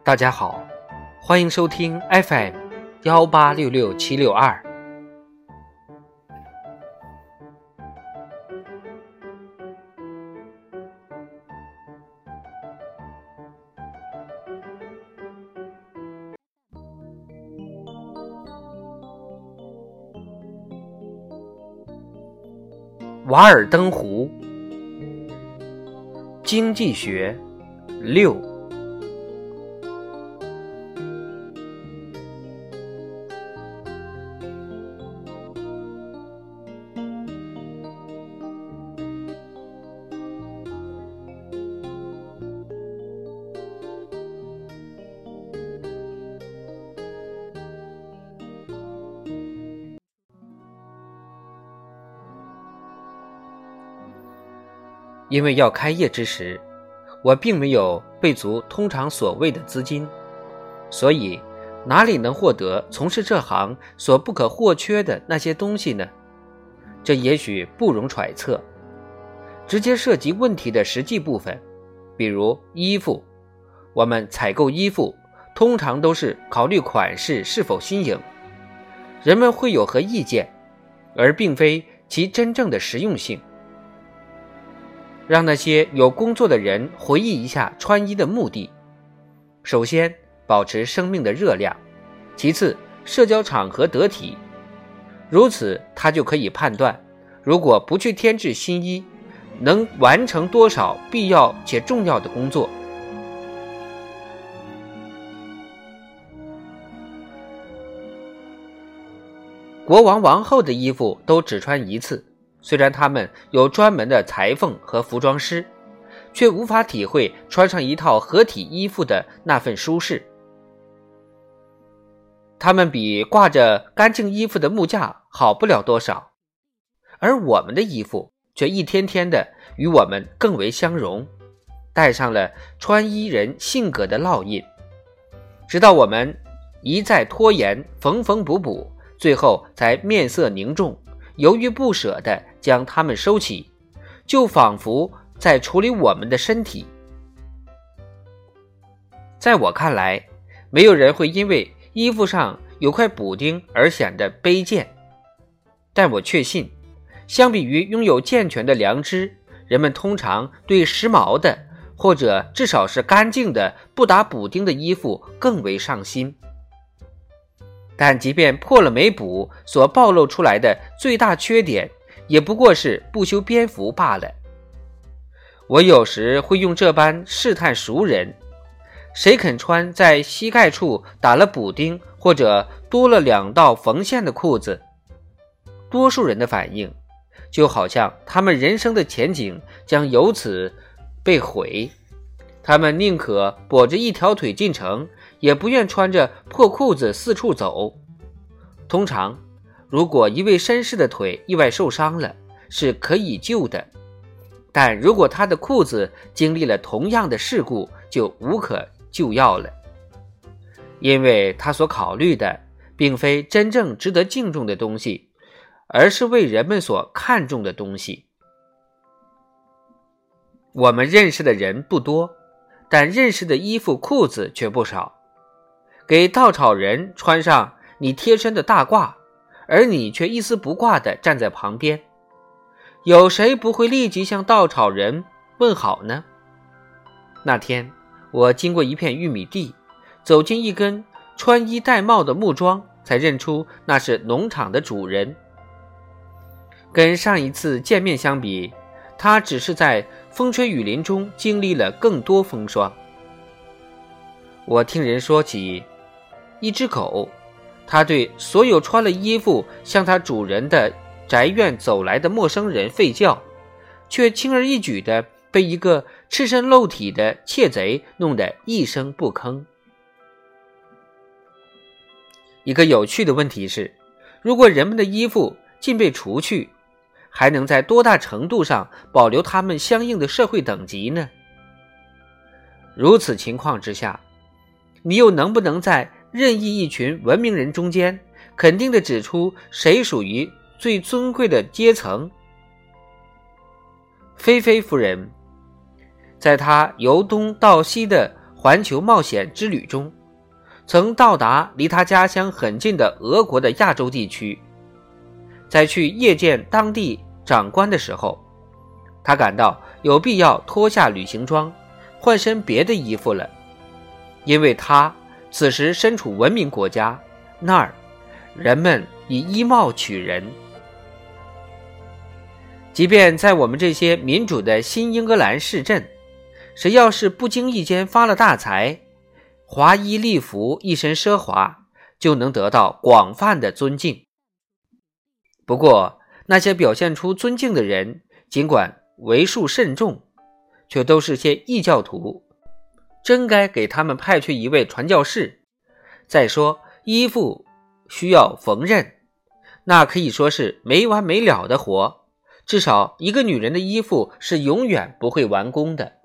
大家好，欢迎收听 FM1866762。瓦尔登湖，经济学6。因为要开业之时，我并没有备足通常所谓的资金，所以哪里能获得从事这行所不可或缺的那些东西呢？这也许不容揣测。直接涉及问题的实际部分，比如衣服，我们采购衣服通常都是考虑款式是否新颖，人们会有何意见，而并非其真正的实用性。让那些有工作的人回忆一下穿衣的目的：首先，保持生命的热量；其次，社交场合得体。如此，他就可以判断，如果不去添置新衣，能完成多少必要且重要的工作。国王王后的衣服都只穿一次，虽然他们有专门的裁缝和服装师，却无法体会穿上一套合体衣服的那份舒适。他们比挂着干净衣服的木架好不了多少，而我们的衣服却一天天的与我们更为相融，带上了穿衣人性格的烙印，直到我们一再拖延，缝缝补补，最后才面色凝重，犹豫不舍地将它们收起，就仿佛在处理我们的身体。在我看来，没有人会因为衣服上有块补丁而显得卑贱，但我确信，相比于拥有健全的良知，人们通常对时髦的，或者至少是干净的不打补丁的衣服更为上心。但即便破了没补，所暴露出来的最大缺点也不过是不修边幅罢了。我有时会用这般试探熟人，谁肯穿在膝盖处打了补丁或者多了2道缝线的裤子？多数人的反应就好像他们人生的前景将由此被毁，他们宁可跛着一条腿进城，也不愿穿着破裤子四处走。通常，如果一位绅士的腿意外受伤了，是可以救的，但如果他的裤子经历了同样的事故，就无可救药了，因为他所考虑的并非真正值得敬重的东西，而是为人们所看重的东西。我们认识的人不多，但认识的衣服裤子却不少。给稻草人穿上你贴身的大褂，而你却一丝不挂地站在旁边，有谁不会立即向稻草人问好呢？那天我经过一片玉米地，走进一根穿衣戴帽的木桩，才认出那是农场的主人。跟上一次见面相比，他只是在风吹雨淋中经历了更多风霜。我听人说起一只狗，他对所有穿了衣服向他主人的宅院走来的陌生人吠叫，却轻而易举地被一个赤身露体的窃贼弄得一声不吭。一个有趣的问题是，如果人们的衣服尽被除去，还能在多大程度上保留他们相应的社会等级呢？如此情况之下，你又能不能在任意一群文明人中间肯定地指出谁属于最尊贵的阶层？菲菲夫人在她由东到西的环球冒险之旅中，曾到达离他家乡很近的俄国的亚洲地区。在去谒见当地长官的时候，他感到有必要脱下旅行装，换身别的衣服了，因为他此时身处文明国家，那儿人们以衣帽取人。即便在我们这些民主的新英格兰市镇，谁要是不经意间发了大财，华衣丽服，一身奢华，就能得到广泛的尊敬。不过那些表现出尊敬的人，尽管为数甚众，却都是些异教徒，真该给他们派去一位传教士。再说衣服需要缝纫，那可以说是没完没了的活，至少一个女人的衣服是永远不会完工的。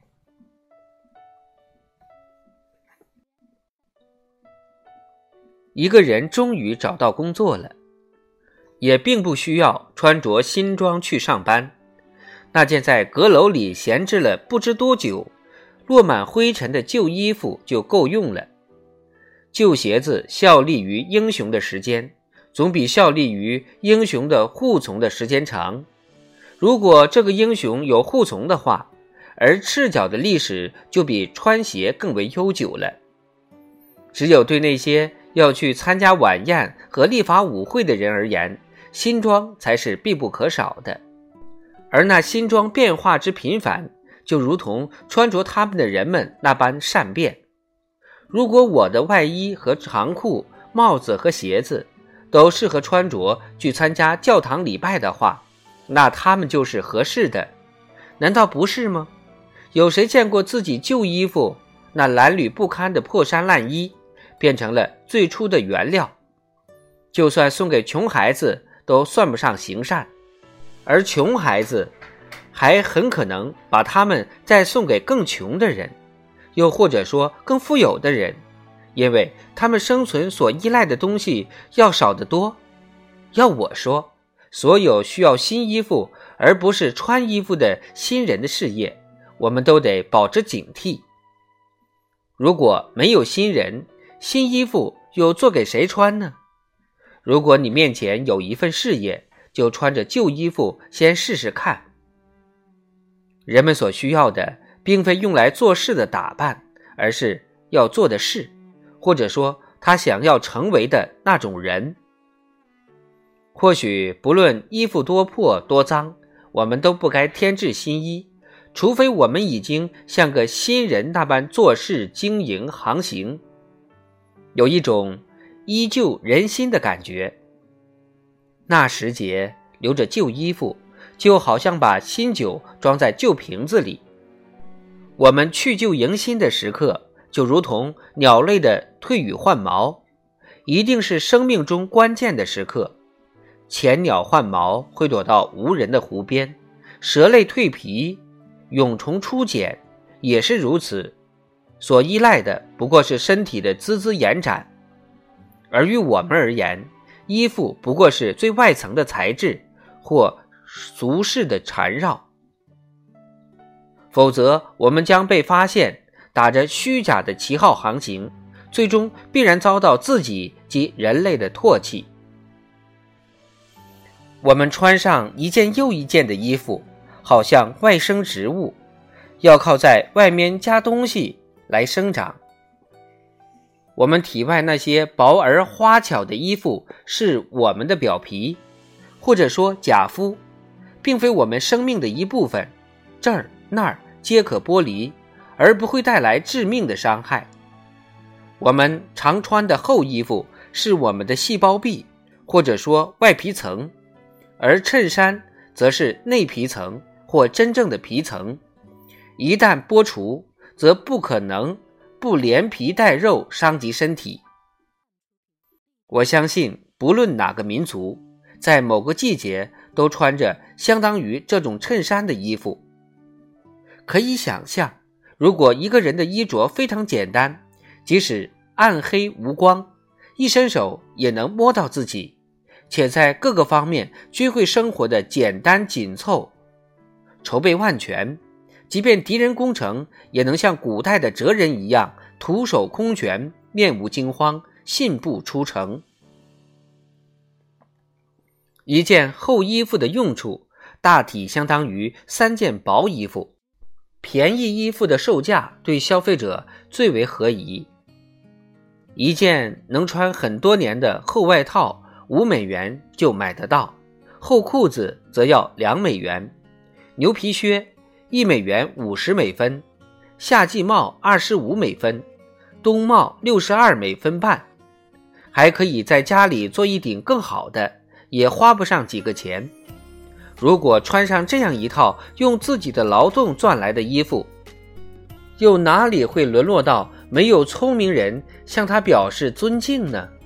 一个人终于找到工作了，也并不需要穿着新装去上班，那件在阁楼里闲置了不知多久，落满灰尘的旧衣服就够用了。旧鞋子效力于英雄的时间，总比效力于英雄的护从的时间长。如果这个英雄有护从的话，而赤脚的历史就比穿鞋更为悠久了。只有对那些要去参加晚宴和立法舞会的人而言，新装才是必不可少的。而那新装变化之频繁，就如同穿着他们的人们那般善变。如果我的外衣和长裤、帽子和鞋子都适合穿着去参加教堂礼拜的话，那他们就是合适的，难道不是吗？有谁见过自己旧衣服那褴褛不堪的破衫烂衣变成了最初的原料？就算送给穷孩子都算不上行善，而穷孩子还很可能把他们再送给更穷的人，又或者说更富有的人，因为他们生存所依赖的东西要少得多。要我说，所有需要新衣服而不是穿衣服的新人的事业，我们都得保持警惕。如果没有新人，新衣服又做给谁穿呢？如果你面前有一份事业，就穿着旧衣服先试试看。人们所需要的并非用来做事的打扮，而是要做的事，或者说他想要成为的那种人。或许不论衣服多破多脏，我们都不该添置新衣，除非我们已经像个新人那般做事经营航行，有一种依旧人心的感觉。那时节留着旧衣服，就好像把新酒装在旧瓶子里。我们去旧迎新的时刻，就如同鸟类的退羽换毛，一定是生命中关键的时刻。前鸟换毛会躲到无人的湖边，蛇类蜕皮，蛹虫出茧也是如此，所依赖的不过是身体的孜孜延展。而于我们而言，衣服不过是最外层的材质或俗世的缠绕，否则我们将被发现打着虚假的旗号航行，最终必然遭到自己及人类的唾弃。我们穿上一件又一件的衣服，好像外生植物，要靠在外面加东西来生长。我们体外那些薄而花巧的衣服是我们的表皮，或者说假肤，并非我们生命的一部分，这儿那儿皆可剥离，而不会带来致命的伤害。我们常穿的厚衣服是我们的细胞壁，或者说外皮层，而衬衫则是内皮层或真正的皮层，一旦剥除，则不可能不连皮带肉伤及身体。我相信不论哪个民族，在某个季节都穿着相当于这种衬衫的衣服。可以想象，如果一个人的衣着非常简单，即使暗黑无光，一伸手也能摸到自己，且在各个方面均会生活的简单紧凑，筹备万全， 即便敌人攻城，也能像古代的哲人一样，徒手空拳，面无惊慌，信步出城。一件厚衣服的用处，大体相当于3件薄衣服。便宜衣服的售价对消费者最为合宜。一件能穿很多年的厚外套5美元就买得到，厚裤子则要2美元，牛皮靴1美元50美分，夏季帽25美分，冬帽62美分半。还可以在家里做一顶更好的，也花不上几个钱。如果穿上这样一套用自己的劳动赚来的衣服，又哪里会沦落到没有聪明人向他表示尊敬呢？